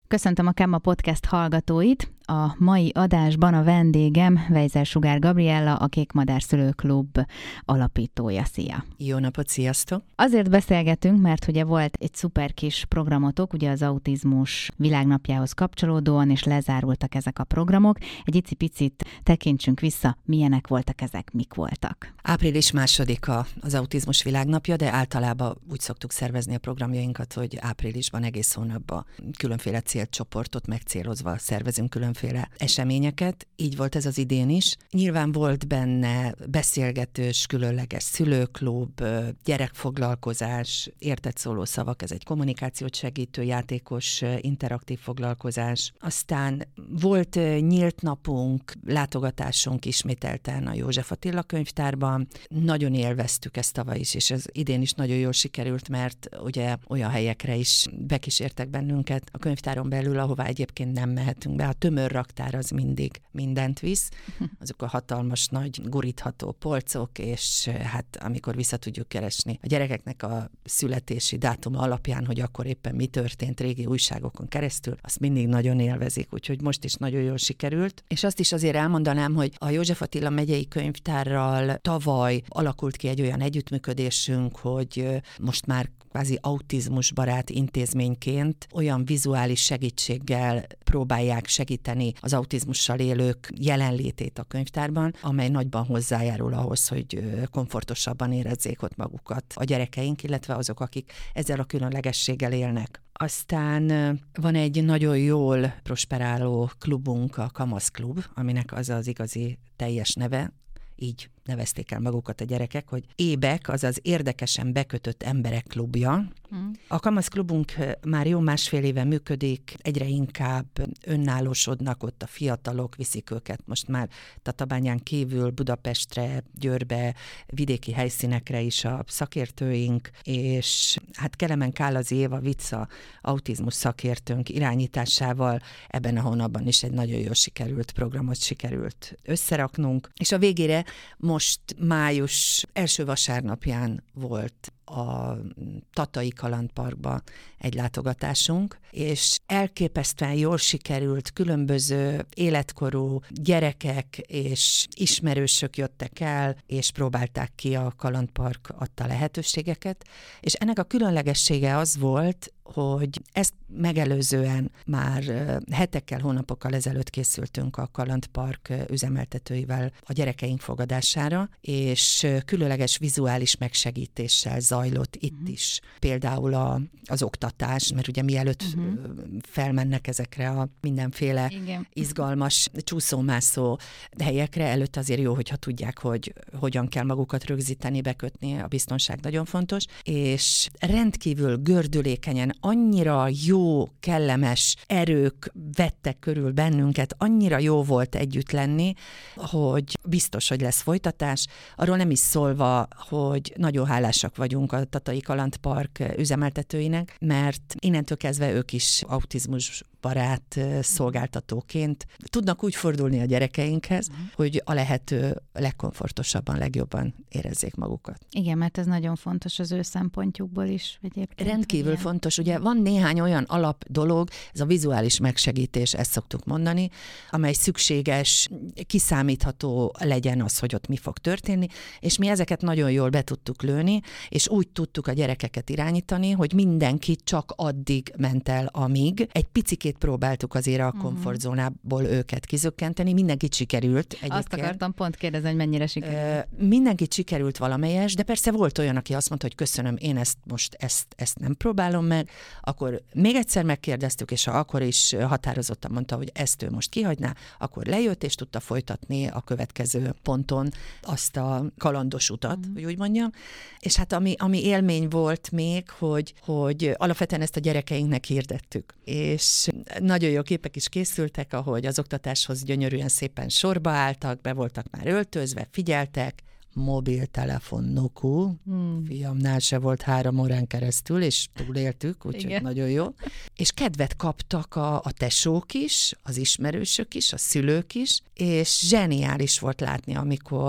Köszöntöm a Kemma Podcast hallgatóit. A mai adásban a vendégem Weiser Sugár Gabriella, a Kékmadár Szülőklub alapítója. Szia! Jó napot, sziasztok! Azért beszélgetünk, mert ugye volt egy szuper kis programotok, ugye az autizmus világnapjához kapcsolódóan, és lezárultak ezek a programok. Egy icipicit tekintsünk vissza, milyenek voltak ezek, mik voltak. Április 2-a az autizmus világnapja, de általában úgy szoktuk szervezni a programjainkat, hogy áprilisban egész hónapban különféle célcsoportot megcélozva szervezünk különféle eseményeket. Így volt ez az idén is. Nyilván volt benne beszélgetős, különleges szülőklub, gyerekfoglalkozás, értett szóló szavak, ez egy kommunikációt segítő, játékos, interaktív foglalkozás. Aztán volt nyílt napunk, látogatásunk ismételten a József Attila könyvtárban. Nagyon élveztük ezt tavaly is, és ez idén is nagyon jól sikerült, mert ugye olyan helyekre is bekísértek bennünket a könyvtáron belül, ahová egyébként nem mehetünk be. A tömörraktár az mindig mindent visz. Azok a hatalmas, nagy, gurítható polcok, és hát amikor vissza tudjuk keresni a gyerekeknek a születési dátuma alapján, hogy akkor éppen mi történt régi újságokon keresztül, azt mindig nagyon élvezik, úgyhogy most is nagyon jól sikerült. És azt is azért elmondanám, hogy a József Attila megyei könyvtárral tavaly alakult ki egy olyan együttműködésünk, hogy most már kvázi autizmusbarát intézményként olyan vizuális segítséggel próbálják segíteni az autizmussal élők jelenlétét a könyvtárban, amely nagyban hozzájárul ahhoz, hogy komfortosabban érezzék ott magukat a gyerekeink, illetve azok, akik ezzel a különlegességgel élnek. Aztán van egy nagyon jól prosperáló klubunk, a Kamasz Klub, aminek az az igazi teljes neve, így nevezték el magukat a gyerekek, hogy ÉBEK, azaz Érdekesen Bekötött Emberek Klubja. A Kamasz Klubunk már jó 1,5 éve működik, egyre inkább önállósodnak ott a fiatalok, viszik őket most már Tatabányán kívül Budapestre, Győrbe, vidéki helyszínekre is a szakértőink, és hát Kelemen Kálazi Éva Vica autizmus szakértőnk irányításával ebben a hónapban is egy nagyon jól sikerült programot sikerült összeraknunk, és a végére most május első vasárnapján volt a Tatai Kalandparkba egy látogatásunk, és elképesztően jól sikerült, különböző életkorú gyerekek és ismerősök jöttek el, és próbálták ki a kalandpark adta lehetőségeket, és ennek a különlegessége az volt, hogy ezt megelőzően már hetekkel, hónapokkal ezelőtt készültünk a Kalandpark üzemeltetőivel a gyerekeink fogadására, és különleges vizuális megsegítéssel zajlott itt is. Például az oktatás, mert ugye mielőtt felmennek ezekre a mindenféle izgalmas csúszómászó helyekre, előtt azért jó, hogyha tudják, hogy hogyan kell magukat rögzíteni, bekötni, a biztonság nagyon fontos, és rendkívül gördülékenyen annyira jó, kellemes erők vettek körül bennünket, annyira jó volt együtt lenni, hogy biztos, hogy lesz folytatás. Arról nem is szólva, hogy nagyon hálásak vagyunk a Tatai Kalandpark üzemeltetőinek, mert innentől kezdve ők is autizmusbarát szolgáltatóként tudnak úgy fordulni a gyerekeinkhez, hogy a lehető legkomfortosabban, legjobban érezzék magukat. Igen, mert ez nagyon fontos az ő szempontjukból is egyébként. Rendkívül fontos. Ugye van néhány olyan alap dolog, ez a vizuális megsegítés, ezt szoktuk mondani, amely szükséges, kiszámítható legyen az, hogy ott mi fog történni, és mi ezeket nagyon jól be tudtuk lőni, és úgy tudtuk a gyerekeket irányítani, hogy mindenki csak addig ment el, amíg. Egy picikét próbáltuk azért a komfortzónából őket kizökkenteni, mindenkit sikerült egyébként. Azt akartam pont kérdezni, hogy mennyire sikerült. Mindenkit sikerült valamelyes, de persze volt olyan, aki azt mondta, hogy köszönöm, én ezt nem próbálom meg, akkor még egyszer megkérdeztük, és ha akkor is határozottan mondta, hogy ezt ő most kihagyná, akkor lejött, és tudta folytatni a következő ponton azt a kalandos utat, hogy úgy mondjam. És hát ami élmény volt még, hogy alapvetően ezt a gyerekeinknek hirdettük. És nagyon jó képek is készültek, ahogy az oktatáshoz gyönyörűen szépen sorba álltak, be voltak már öltözve, figyeltek, mobiltelefon nokú, fiamnál se volt 3 órán keresztül, és túléltük, úgyhogy nagyon jó. És kedvet kaptak a tesók is, az ismerősök is, a szülők is, és zseniális volt látni, amikor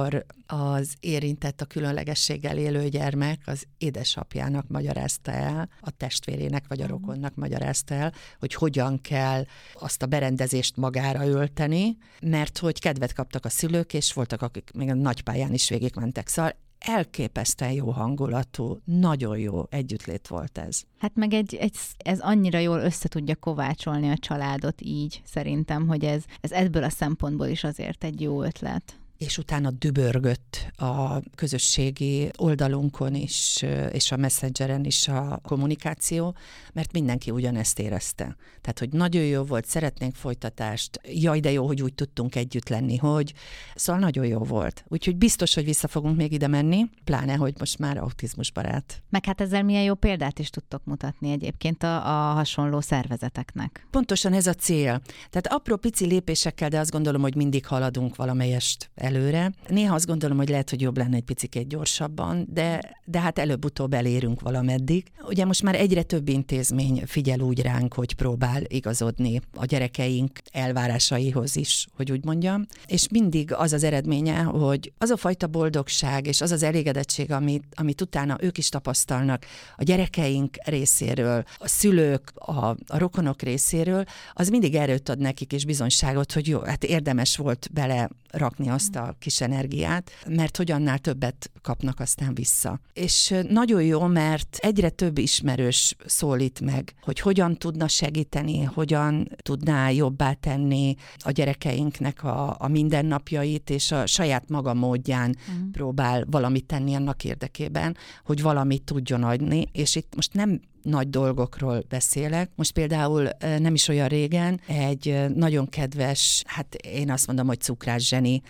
az érintett, a különlegességgel élő gyermek az édesapjának magyarázta el, a testvérének vagy a rokonnak magyarázta el, hogy hogyan kell azt a berendezést magára ölteni, mert hogy kedvet kaptak a szülők, és voltak, akik még a nagypályán is végigmentek. Szóval elképesztően jó hangulatú, nagyon jó együttlét volt ez. Hát meg ez annyira jól össze tudja kovácsolni a családot így, szerintem, hogy ez ebből a szempontból is azért egy jó ötlet. És utána dübörgött a közösségi oldalunkon is, és a Messengeren is a kommunikáció, mert mindenki ugyanezt érezte. Tehát, hogy nagyon jó volt, szeretnénk folytatást, jaj, de jó, hogy úgy tudtunk együtt lenni, hogy... Szóval nagyon jó volt. Úgyhogy biztos, hogy vissza fogunk még ide menni, pláne, hogy most már autizmusbarát. Meg hát ezzel milyen jó példát is tudtok mutatni egyébként a hasonló szervezeteknek. Pontosan ez a cél. Tehát apró pici lépésekkel, de azt gondolom, hogy mindig haladunk valamelyest előre. Néha azt gondolom, hogy lehet, hogy jobb lenne egy picikét gyorsabban, de hát előbb-utóbb elérünk valameddig. Ugye most már egyre több intézmény figyel úgy ránk, hogy próbál igazodni a gyerekeink elvárásaihoz is, hogy úgy mondjam. És mindig az az eredménye, hogy az a fajta boldogság és az az elégedettség, amit utána ők is tapasztalnak a gyerekeink részéről, a szülők, a rokonok részéről, az mindig erőt ad nekik és bizonyságot, hogy jó, hát érdemes volt bele rakni azt a kis energiát, mert hogy annál többet kapnak aztán vissza. És nagyon jó, mert egyre több ismerős szólít meg, hogy hogyan tudna segíteni, hogyan tudná jobbá tenni a gyerekeinknek a mindennapjait, és a saját maga módján próbál valamit tenni annak érdekében, hogy valamit tudjon adni, és itt most nem nagy dolgokról beszélek. Most például nem is olyan régen egy nagyon kedves, hát én azt mondom, hogy cukrás zseni,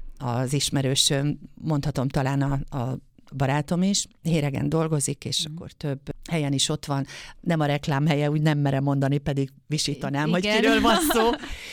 az ismerősöm, mondhatom talán a barátom is, Héregen dolgozik, és akkor több helyen is ott van. Nem a reklámhelye, úgy nem merem mondani, pedig visítanám, hogy kiről van szó.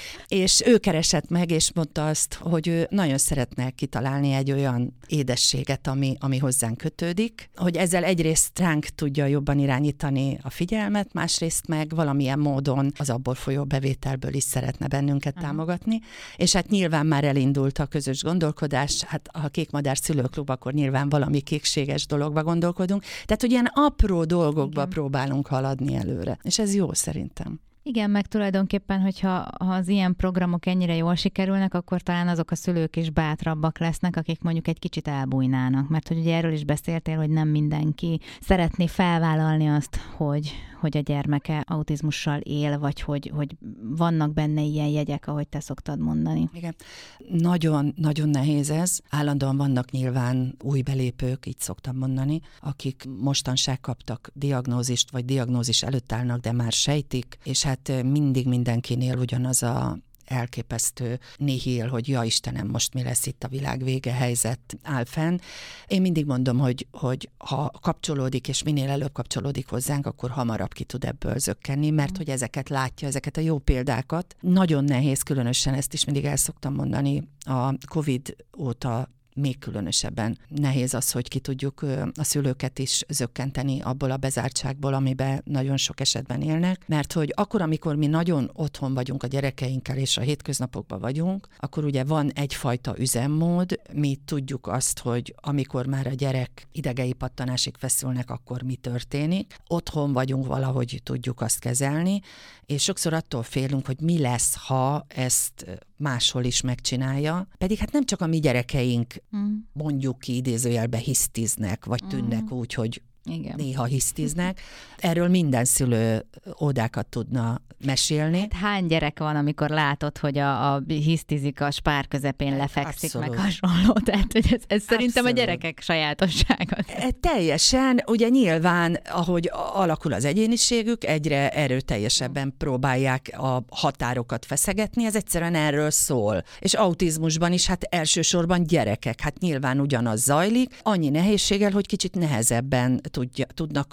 És ő keresett meg, és mondta azt, hogy ő nagyon szeretne kitalálni egy olyan édességet, ami hozzánk kötődik, hogy ezzel egyrészt ránk tudja jobban irányítani a figyelmet, másrészt meg valamilyen módon az abból folyó bevételből is szeretne bennünket támogatni. És hát nyilván már elindult a közös gondolkodás, hát ha a Kékmadár Szülőklub, akkor nyilván valami kékséges dologba gondolkodunk. Tehát, hogy ilyen apró dolgokba próbálunk haladni előre. És ez jó szerintem. Igen, meg tulajdonképpen, hogyha az ilyen programok ennyire jól sikerülnek, akkor talán azok a szülők is bátrabbak lesznek, akik mondjuk egy kicsit elbújnának. Mert hogy ugye erről is beszéltél, hogy nem mindenki szeretné felvállalni azt, hogy a gyermeke autizmussal él, vagy hogy vannak benne ilyen jegyek, ahogy te szoktad mondani. Igen. Nagyon, nagyon nehéz ez. Állandóan vannak nyilván új belépők, így szoktam mondani, akik mostanság kaptak diagnózist, vagy diagnózis előtt állnak, de már sejtik, és hát mindig mindenkinél ugyanaz a elképesztő nihil, hogy ja Istenem, most mi lesz itt a világ vége helyzet áll fenn. Én mindig mondom, hogy ha kapcsolódik, és minél előbb kapcsolódik hozzánk, akkor hamarabb ki tud ebből zökkenni, mert hogy ezeket látja, ezeket a jó példákat. Nagyon nehéz, különösen ezt is mindig el szoktam mondani, a Covid óta még különösebben nehéz az, hogy ki tudjuk a szülőket is zökkenteni abból a bezártságból, amiben nagyon sok esetben élnek, mert hogy akkor, amikor mi nagyon otthon vagyunk a gyerekeinkkel, és a hétköznapokban vagyunk, akkor ugye van egyfajta üzemmód, mi tudjuk azt, hogy amikor már a gyerek idegei pattanásig feszülnek, akkor mi történik. Otthon vagyunk, valahogy tudjuk azt kezelni, és sokszor attól félünk, hogy mi lesz, ha ezt máshol is megcsinálja. Pedig hát nem csak a mi gyerekeink mondjuk ki idézőjelbe hisztiznek, vagy tűnnek úgy, hogy igen. Néha hisztiznek. Erről minden szülő ódákat tudna mesélni. Hát hány gyerek van, amikor látod, hogy a hisztizik a spár közepén lefekszik, abszolút. Meg hasonló. Tehát hogy ez szerintem a gyerekek sajátossága. Teljesen, ugye nyilván, ahogy alakul az egyéniségük, egyre erőteljesebben próbálják a határokat feszegetni, ez egyszerűen erről szól. És autizmusban is, hát elsősorban gyerekek, hát nyilván ugyanaz zajlik, annyi nehézséggel, hogy kicsit nehezebben tudnak ők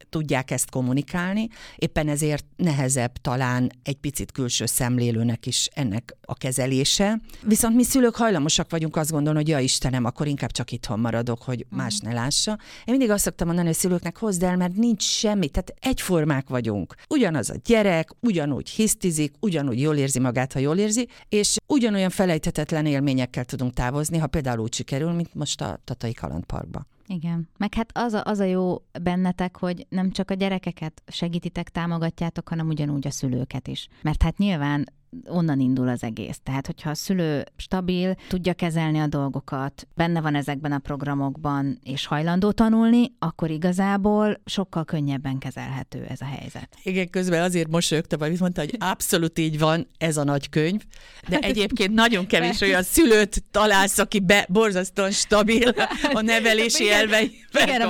tudják ezt kommunikálni, éppen ezért nehezebb talán egy picit külső szemlélőnek is ennek a kezelése. Viszont mi szülők hajlamosak vagyunk azt gondolni, hogy ja Istenem, akkor inkább csak itthon maradok, hogy más ne lássa. Én mindig azt szoktam mondani a szülőknek, hozd el, mert nincs semmi, tehát egyformák vagyunk. Ugyanaz a gyerek, ugyanúgy hisztizik, ugyanúgy jól érzi magát, ha jól érzi, és ugyanolyan felejthetetlen élményekkel tudunk távozni, ha például úgy sikerül, mint most a Tatai Kalandparkba. Igen. Meg hát az a jó bennetek, hogy nem csak a gyerekeket segítitek, támogatjátok, hanem ugyanúgy a szülőket is. Mert hát nyilván onnan indul az egész. Tehát, hogyha a szülő stabil, tudja kezelni a dolgokat, benne van ezekben a programokban, és hajlandó tanulni, akkor igazából sokkal könnyebben kezelhető ez a helyzet. Igen, közben azért mosolyogtam, amit mondta, hogy abszolút így van ez a nagy könyv, de egyébként nagyon kevés olyan szülőt találsz, aki borzasztóan stabil a nevelési elveivel.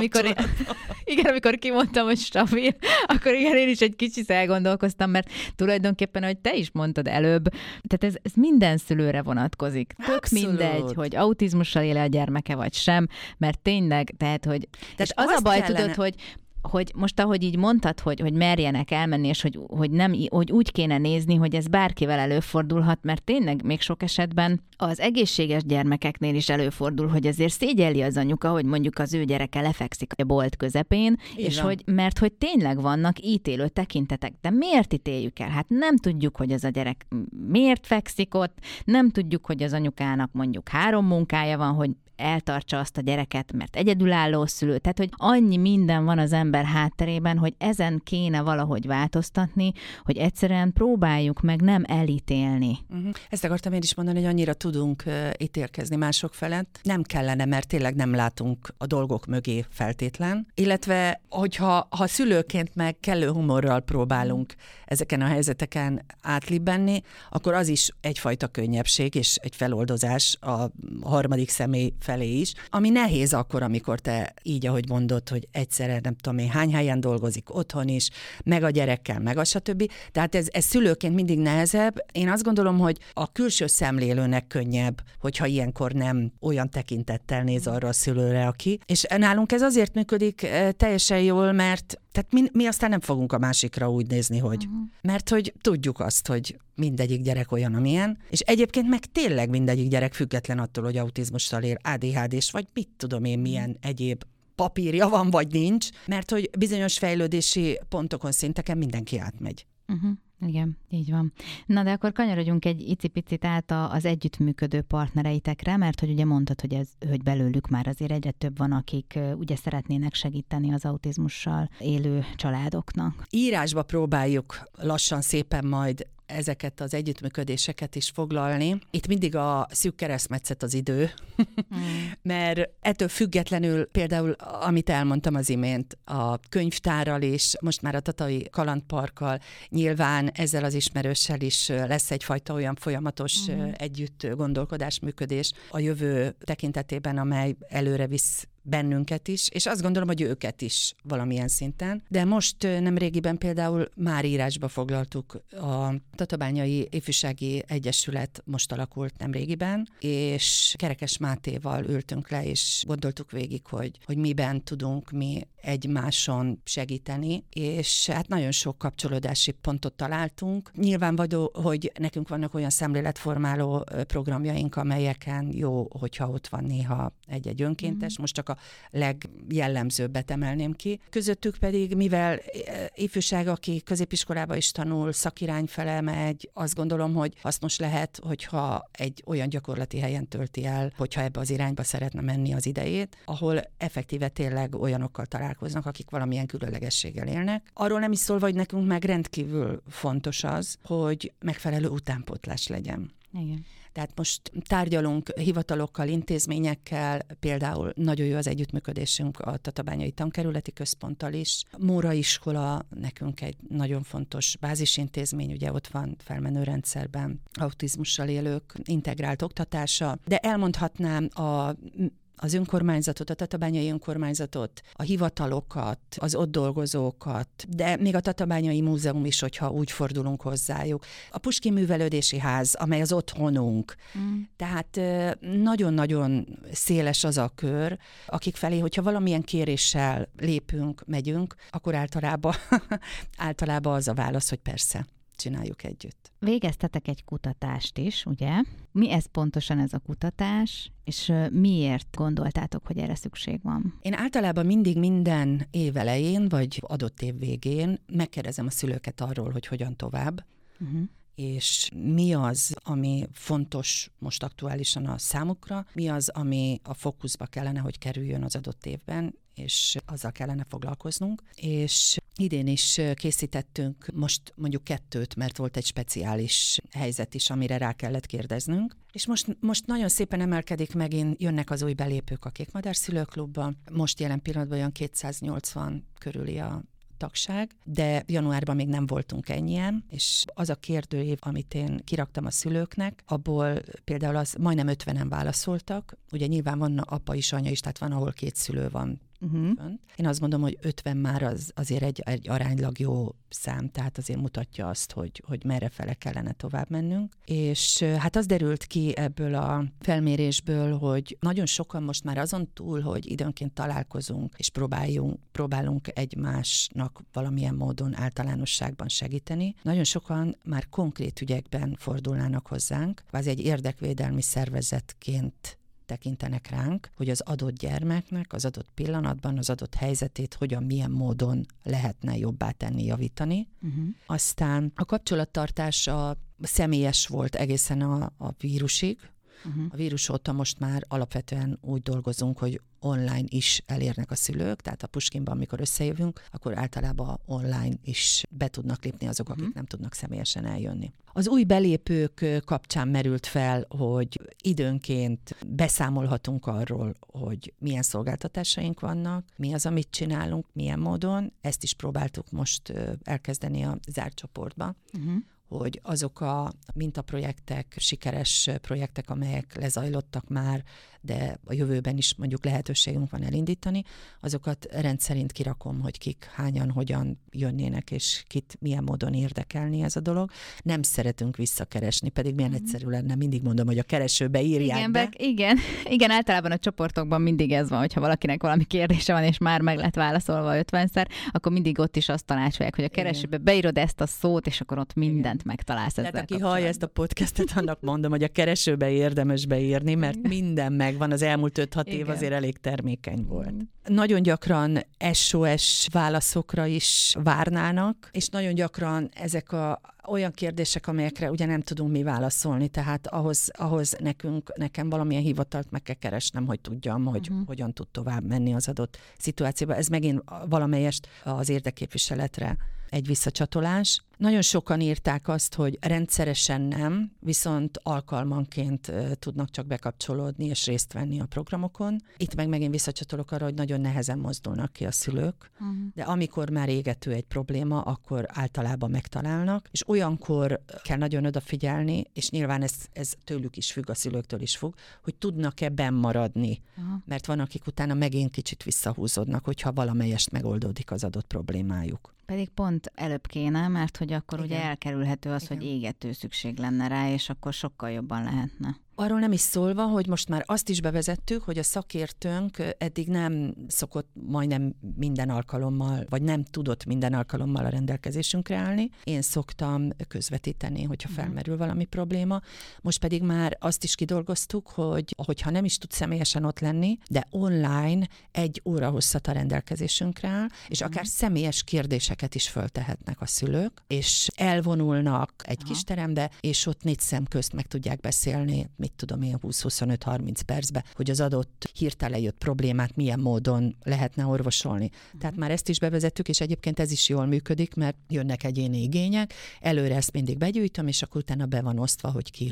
Igen, amikor kimondtam, hogy stabil, akkor igen, én is egy kicsit elgondolkoztam, mert tulajdonképpen, ahogy te is mondtad előbb, tehát ez minden szülőre vonatkozik. Tök Abszolút. Mindegy, hogy autizmussal él a gyermeke vagy sem, mert tényleg, tehát, hogy... És az a baj, tudod, hogy most, ahogy így mondtad, hogy merjenek elmenni, és hogy úgy kéne nézni, hogy ez bárkivel előfordulhat, mert tényleg még sok esetben az egészséges gyermekeknél is előfordul, hogy azért szégyelli az anyuka, hogy mondjuk az ő gyereke lefekszik a bolt közepén, és mert hogy tényleg vannak ítélő tekintetek. De miért ítéljük el? Hát nem tudjuk, hogy az a gyerek miért fekszik ott, nem tudjuk, hogy az anyukának mondjuk 3 munkája van, hogy eltartsa azt a gyereket, mert egyedülálló szülő. Tehát, hogy annyi minden van az ember hátterében, hogy ezen kéne valahogy változtatni, hogy egyszerűen próbáljuk meg nem elítélni. Ezt akartam én is mondani, hogy annyira tudunk ítélkezni mások felett. Nem kellene, mert tényleg nem látunk a dolgok mögé feltétlen. Illetve, hogyha szülőként meg kellő humorral próbálunk ezeken a helyzeteken átlibbenni, akkor az is egyfajta könnyebbség és egy feloldozás a harmadik személy felé is, ami nehéz akkor, amikor te így, ahogy mondod, hogy egyszerre nem tudom én hány helyen dolgozik otthon is, meg a gyerekkel, meg a stb. Tehát ez szülőként mindig nehezebb. Én azt gondolom, hogy a külső szemlélőnek könnyebb, hogyha ilyenkor nem olyan tekintettel néz arra a szülőre, aki. És nálunk ez azért működik teljesen jól, mert tehát mi aztán nem fogunk a másikra úgy nézni, hogy... Mert hogy tudjuk azt, hogy mindegyik gyerek olyan, amilyen, és egyébként meg tényleg mindegyik gyerek független attól, hogy autizmussal él, ADHD-s, vagy mit tudom én, milyen egyéb papírja van, vagy nincs, mert hogy bizonyos fejlődési pontokon, szinteken mindenki átmegy. Igen, így van. Na de akkor kanyarodjunk egy icipicit át az együttműködő partnereitekre, mert hogy ugye mondtad, hogy belőlük már azért egyre több van, akik ugye szeretnének segíteni az autizmussal élő családoknak. Írásba próbáljuk lassan szépen majd ezeket az együttműködéseket is foglalni. Itt mindig a szűk keresztmetszet az idő, mert ettől függetlenül például, amit elmondtam az imént, a könyvtárral és most már a Tatai Kalandparkkal, nyilván ezzel az ismerőssel is lesz egyfajta olyan folyamatos együtt gondolkodás, működés a jövő tekintetében, amely előre visz bennünket is, és azt gondolom, hogy őket is valamilyen szinten. De most nemrégiben például már írásba foglaltuk a Tatabányai Ifjúsági Egyesület most alakult nemrégiben, és Kerekes Mátéval ültünk le, és gondoltuk végig, hogy miben tudunk mi egymáson segíteni, és hát nagyon sok kapcsolódási pontot találtunk. Nyilvánvaló, hogy nekünk vannak olyan szemléletformáló programjaink, amelyeken jó, hogyha ott van néha egy-egy önkéntes, most csak a legjellemzőbbet emelném ki. Közöttük pedig, mivel ifjúság, aki középiskolába is tanul, szakirány fele megy, azt gondolom, hogy hasznos lehet, hogyha egy olyan gyakorlati helyen tölti el, hogyha ebbe az irányba szeretne menni az idejét, ahol effektíve tényleg olyanokkal találkoznak, akik valamilyen különlegességgel élnek. Arról nem is szólva, hogy nekünk meg rendkívül fontos az, hogy megfelelő utánpótlás legyen. Igen. Tehát most tárgyalunk hivatalokkal, intézményekkel, például nagyon jó az együttműködésünk a Tatabányai Tankerületi Központtal is. Móra iskola nekünk egy nagyon fontos bázisintézmény, ugye ott van felmenő rendszerben autizmussal élők integrált oktatása, de elmondhatnám a az önkormányzatot, a tatabányai önkormányzatot, a hivatalokat, az ott dolgozókat, de még a Tatabányai Múzeum is, hogyha úgy fordulunk hozzájuk. A Puskyn Művelődési Ház, amely az otthonunk. Tehát nagyon-nagyon széles az a kör, akik felé, hogyha valamilyen kéréssel lépünk, megyünk, akkor általában az a válasz, hogy persze, csináljuk együtt. Végeztetek egy kutatást is, ugye? Mi ez pontosan ez a kutatás, és miért gondoltátok, hogy erre szükség van? Én általában mindig minden év elején, vagy adott év végén megkérdezem a szülőket arról, hogy hogyan tovább, és mi az, ami fontos most aktuálisan a számukra, mi az, ami a fókuszba kellene, hogy kerüljön az adott évben, és azzal kellene foglalkoznunk. És idén is készítettünk most mondjuk 2, mert volt egy speciális helyzet is, amire rá kellett kérdeznünk. És most nagyon szépen emelkedik megint, jönnek az új belépők a Kékmadár Szülőklubba. Most jelen pillanatban olyan 280 körüli a tagság, de januárban még nem voltunk ennyien, és az a kérdőív, amit én kiraktam a szülőknek, abból például az majdnem 50-en válaszoltak, ugye nyilván van apa is, anya is, tehát van, ahol 2 szülő van fönt. Én azt mondom, hogy 50 már azért egy aránylag jó szám, tehát azért mutatja azt, hogy merre fele kellene tovább mennünk. És hát az derült ki ebből a felmérésből, hogy nagyon sokan most már azon túl, hogy időnként találkozunk, és próbálunk egymásnak valamilyen módon általánosságban segíteni. Nagyon sokan már konkrét ügyekben fordulnának hozzánk, kvázi egy érdekvédelmi szervezetként tekintenek ránk, hogy az adott gyermeknek az adott pillanatban az adott helyzetét hogyan, milyen módon lehetne jobbá tenni, javítani. Aztán a kapcsolattartás személyes volt egészen a vírusig. A vírus óta most már alapvetően úgy dolgozunk, hogy online is elérnek a szülők, tehát a Puskynban, amikor összejövünk, akkor általában online is be tudnak lépni azok, akik nem tudnak személyesen eljönni. Az új belépők kapcsán merült fel, hogy időnként beszámolhatunk arról, hogy milyen szolgáltatásaink vannak, mi az, amit csinálunk, milyen módon. Ezt is próbáltuk most elkezdeni a zárt csoportba, hogy azok a mintaprojektek, sikeres projektek, amelyek lezajlottak már, de a jövőben is mondjuk lehetőségünk van elindítani, azokat rendszerint kirakom, hogy kik, hányan, hogyan jönnének, és kit milyen módon érdekelni ez a dolog. Nem szeretünk visszakeresni, pedig milyen egyszerű lenne, mindig mondom, hogy a keresőbe írják be. Igen, általában a csoportokban mindig ez van, hogyha valakinek valami kérdése van, és már meg lett válaszolva 50-szer, akkor mindig ott is azt tanácsolják, hogy a keresőbe beírod ezt a szót, és akkor ott mindent megtalálsz ezzel. Tehát aki hallja ezt a podcastet, annak mondom, hogy a keresőbe érdemes beírni, mert minden megvan, az elmúlt 5-6 év azért elég termékeny volt. Nagyon gyakran SOS válaszokra is várnának, és nagyon gyakran ezek olyan kérdések, amelyekre ugye nem tudunk mi válaszolni, tehát ahhoz nekem valamilyen hivatalt meg kell keresnem, hogy tudjam, hogy hogyan tud tovább menni az adott szituációba. Ez megint valamelyest az érdekképviseletre egy visszacsatolás. Nagyon sokan írták azt, hogy rendszeresen nem, viszont alkalmanként tudnak csak bekapcsolódni és részt venni a programokon. Itt megint visszacsatolok arra, hogy nagyon nehezen mozdulnak ki a szülők, de amikor már égető egy probléma, akkor általában megtalálnak, és olyankor kell nagyon odafigyelni, és nyilván ez tőlük is függ, a szülőktől is függ, hogy tudnak-e benn maradni, mert van, akik utána megint kicsit visszahúzódnak, hogyha valamelyest megoldódik az adott problémájuk. Pedig pont előbb kéne, mert hogy akkor ugye elkerülhető az, hogy égető szükség lenne rá, és akkor sokkal jobban lehetne. Arról nem is szólva, hogy most már azt is bevezettük, hogy a szakértőnk eddig nem szokott majdnem minden alkalommal, vagy nem tudott minden alkalommal a rendelkezésünkre állni. Én szoktam közvetíteni, hogyha felmerül valami probléma. Most pedig már azt is kidolgoztuk, hogyha nem is tud személyesen ott lenni, de online 1 óra hosszat a rendelkezésünkre áll, és akár személyes kérdéseket is föltehetnek a szülők, és elvonulnak egy kis terembe, és ott 4 szem közt meg tudják beszélni, mit tudom én, 20-25-30 percbe, hogy az adott hirtelen jött problémát milyen módon lehetne orvosolni. Tehát már ezt is bevezettük, és egyébként ez is jól működik, mert jönnek egyéni igények, előre ezt mindig begyűjtöm, és akkor utána be van osztva, hogy ki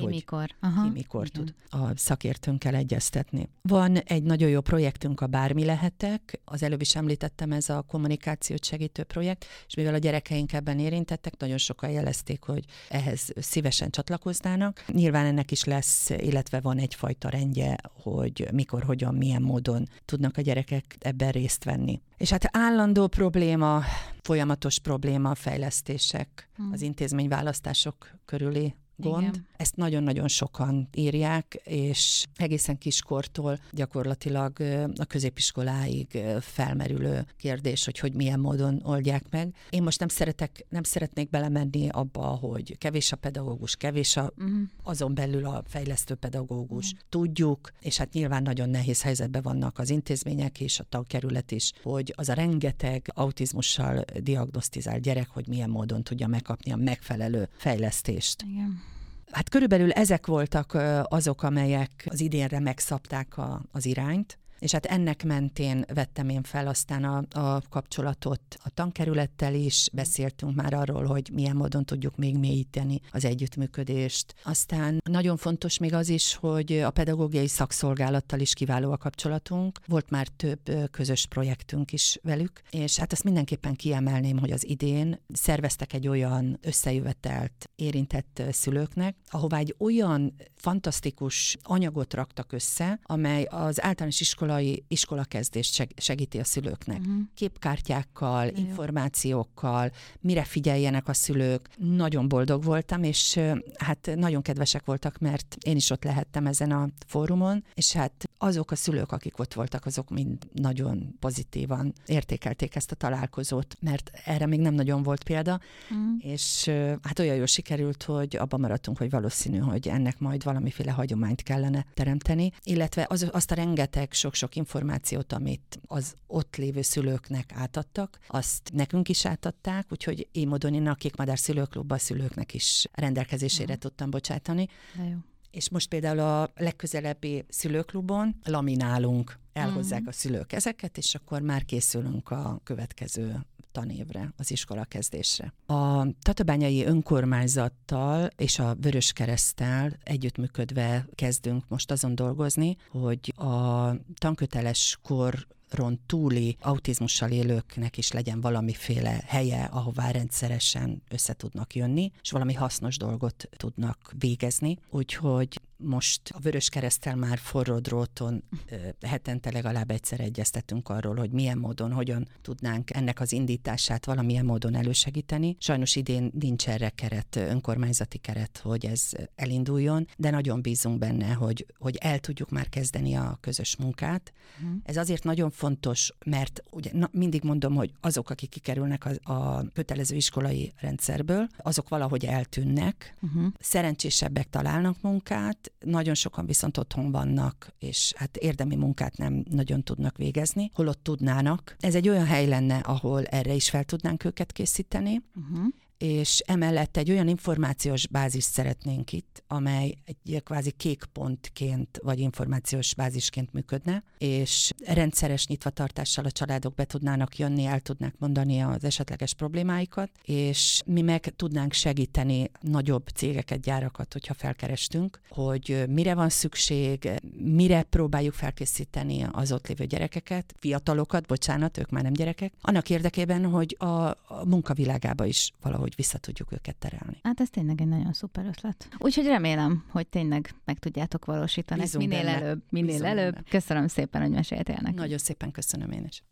mikor tud a szakértőnkkel egyeztetni. Van egy nagyon jó projektünk, a Bármi lehetek, az előbb is említettem, ez a kommunikációt segítő projekt, és mivel a gyerekeink ebben érintettek, nagyon sokan jelezték, hogy ehhez szívesen csatlakoznának. Nyilván ennek is lesz illetve van egyfajta rendje, hogy mikor, hogyan, milyen módon tudnak a gyerekek ebben részt venni. És hát állandó probléma, folyamatos probléma a fejlesztések, az intézményválasztások körüli gond. Igen. Ezt nagyon-nagyon sokan írják, és egészen kiskortól gyakorlatilag a középiskoláig felmerülő kérdés, hogy milyen módon oldják meg. Én most nem szeretnék belemenni abba, hogy kevés a pedagógus, kevés azon belül a fejlesztő pedagógus. Tudjuk, és hát nyilván nagyon nehéz helyzetben vannak az intézmények és a tankerület is, hogy az a rengeteg autizmussal diagnosztizált gyerek, hogy milyen módon tudja megkapni a megfelelő fejlesztést. Igen. Hát körülbelül ezek voltak azok, amelyek az idénre megszabták az irányt, és hát ennek mentén vettem én fel aztán a kapcsolatot a tankerülettel is, beszéltünk már arról, hogy milyen módon tudjuk még mélyíteni az együttműködést. Aztán nagyon fontos még az is, hogy a pedagógiai szakszolgálattal is kiváló a kapcsolatunk. Volt már több közös projektünk is velük, és hát azt mindenképpen kiemelném, hogy az idén szerveztek egy olyan összejövetelt érintett szülőknek, ahová egy olyan fantasztikus anyagot raktak össze, amely az általános iskolakezdést segíti a szülőknek. Képkártyákkal, információkkal, mire figyeljenek a szülők. Nagyon boldog voltam, és hát nagyon kedvesek voltak, mert én is ott lehettem ezen a fórumon, és hát azok a szülők, akik ott voltak, azok mind nagyon pozitívan értékelték ezt a találkozót, mert erre még nem nagyon volt példa, és hát olyan jól sikerült, hogy abban maradtunk, hogy valószínű, hogy ennek majd valamiféle hagyományt kellene teremteni, illetve azt a rengeteg sok-sok információt, amit az ott lévő szülőknek átadtak, azt nekünk is átadták, úgyhogy így módon én a Kékmadár Szülőklubban a szülőknek is rendelkezésére tudtam bocsátani. De jó. És most például a legközelebbi szülőklubon laminálunk, elhozzák a szülők ezeket, és akkor már készülünk a következő tanévre, az iskolakezdésre. A Tatabányai önkormányzattal és a Vöröskereszttel együttműködve kezdünk most azon dolgozni, hogy a tanköteles koron túli autizmussal élőknek is legyen valamiféle helye, ahová rendszeresen össze tudnak jönni, és valami hasznos dolgot tudnak végezni. Úgyhogy most a Vöröskereszttel már forró dróton hetente legalább egyszer egyeztetünk arról, hogy milyen módon, hogyan tudnánk ennek az indítását valamilyen módon elősegíteni. Sajnos idén nincs erre keret, önkormányzati keret, hogy ez elinduljon, de nagyon bízunk benne, hogy el tudjuk már kezdeni a közös munkát. Ez azért nagyon fontos, mert ugye mindig mondom, hogy azok, akik kikerülnek a kötelező iskolai rendszerből, azok valahogy eltűnnek, szerencsésebbek találnak munkát, nagyon sokan viszont otthon vannak, és hát érdemi munkát nem nagyon tudnak végezni, holott tudnának. Ez egy olyan hely lenne, ahol erre is fel tudnánk őket készíteni, és emellett egy olyan információs bázist szeretnénk itt, amely egy kvázi kék pontként vagy információs bázisként működne, és rendszeres nyitvatartással a családok be tudnának jönni, el tudnák mondani az esetleges problémáikat, és mi meg tudnánk segíteni nagyobb cégeket, gyárakat, hogyha felkerestünk, hogy mire van szükség, mire próbáljuk felkészíteni az ott lévő gyerekeket, fiatalokat, bocsánat, ők már nem gyerekek, annak érdekében, hogy a munkavilágába is valahogy vissza tudjuk őket terelni. Hát ez tényleg egy nagyon szuper ötlet. Úgyhogy remélem, hogy tényleg meg tudjátok valósítani ezt minél előbb. Köszönöm szépen, hogy meséltél nekünk. Nagyon szépen köszönöm én is.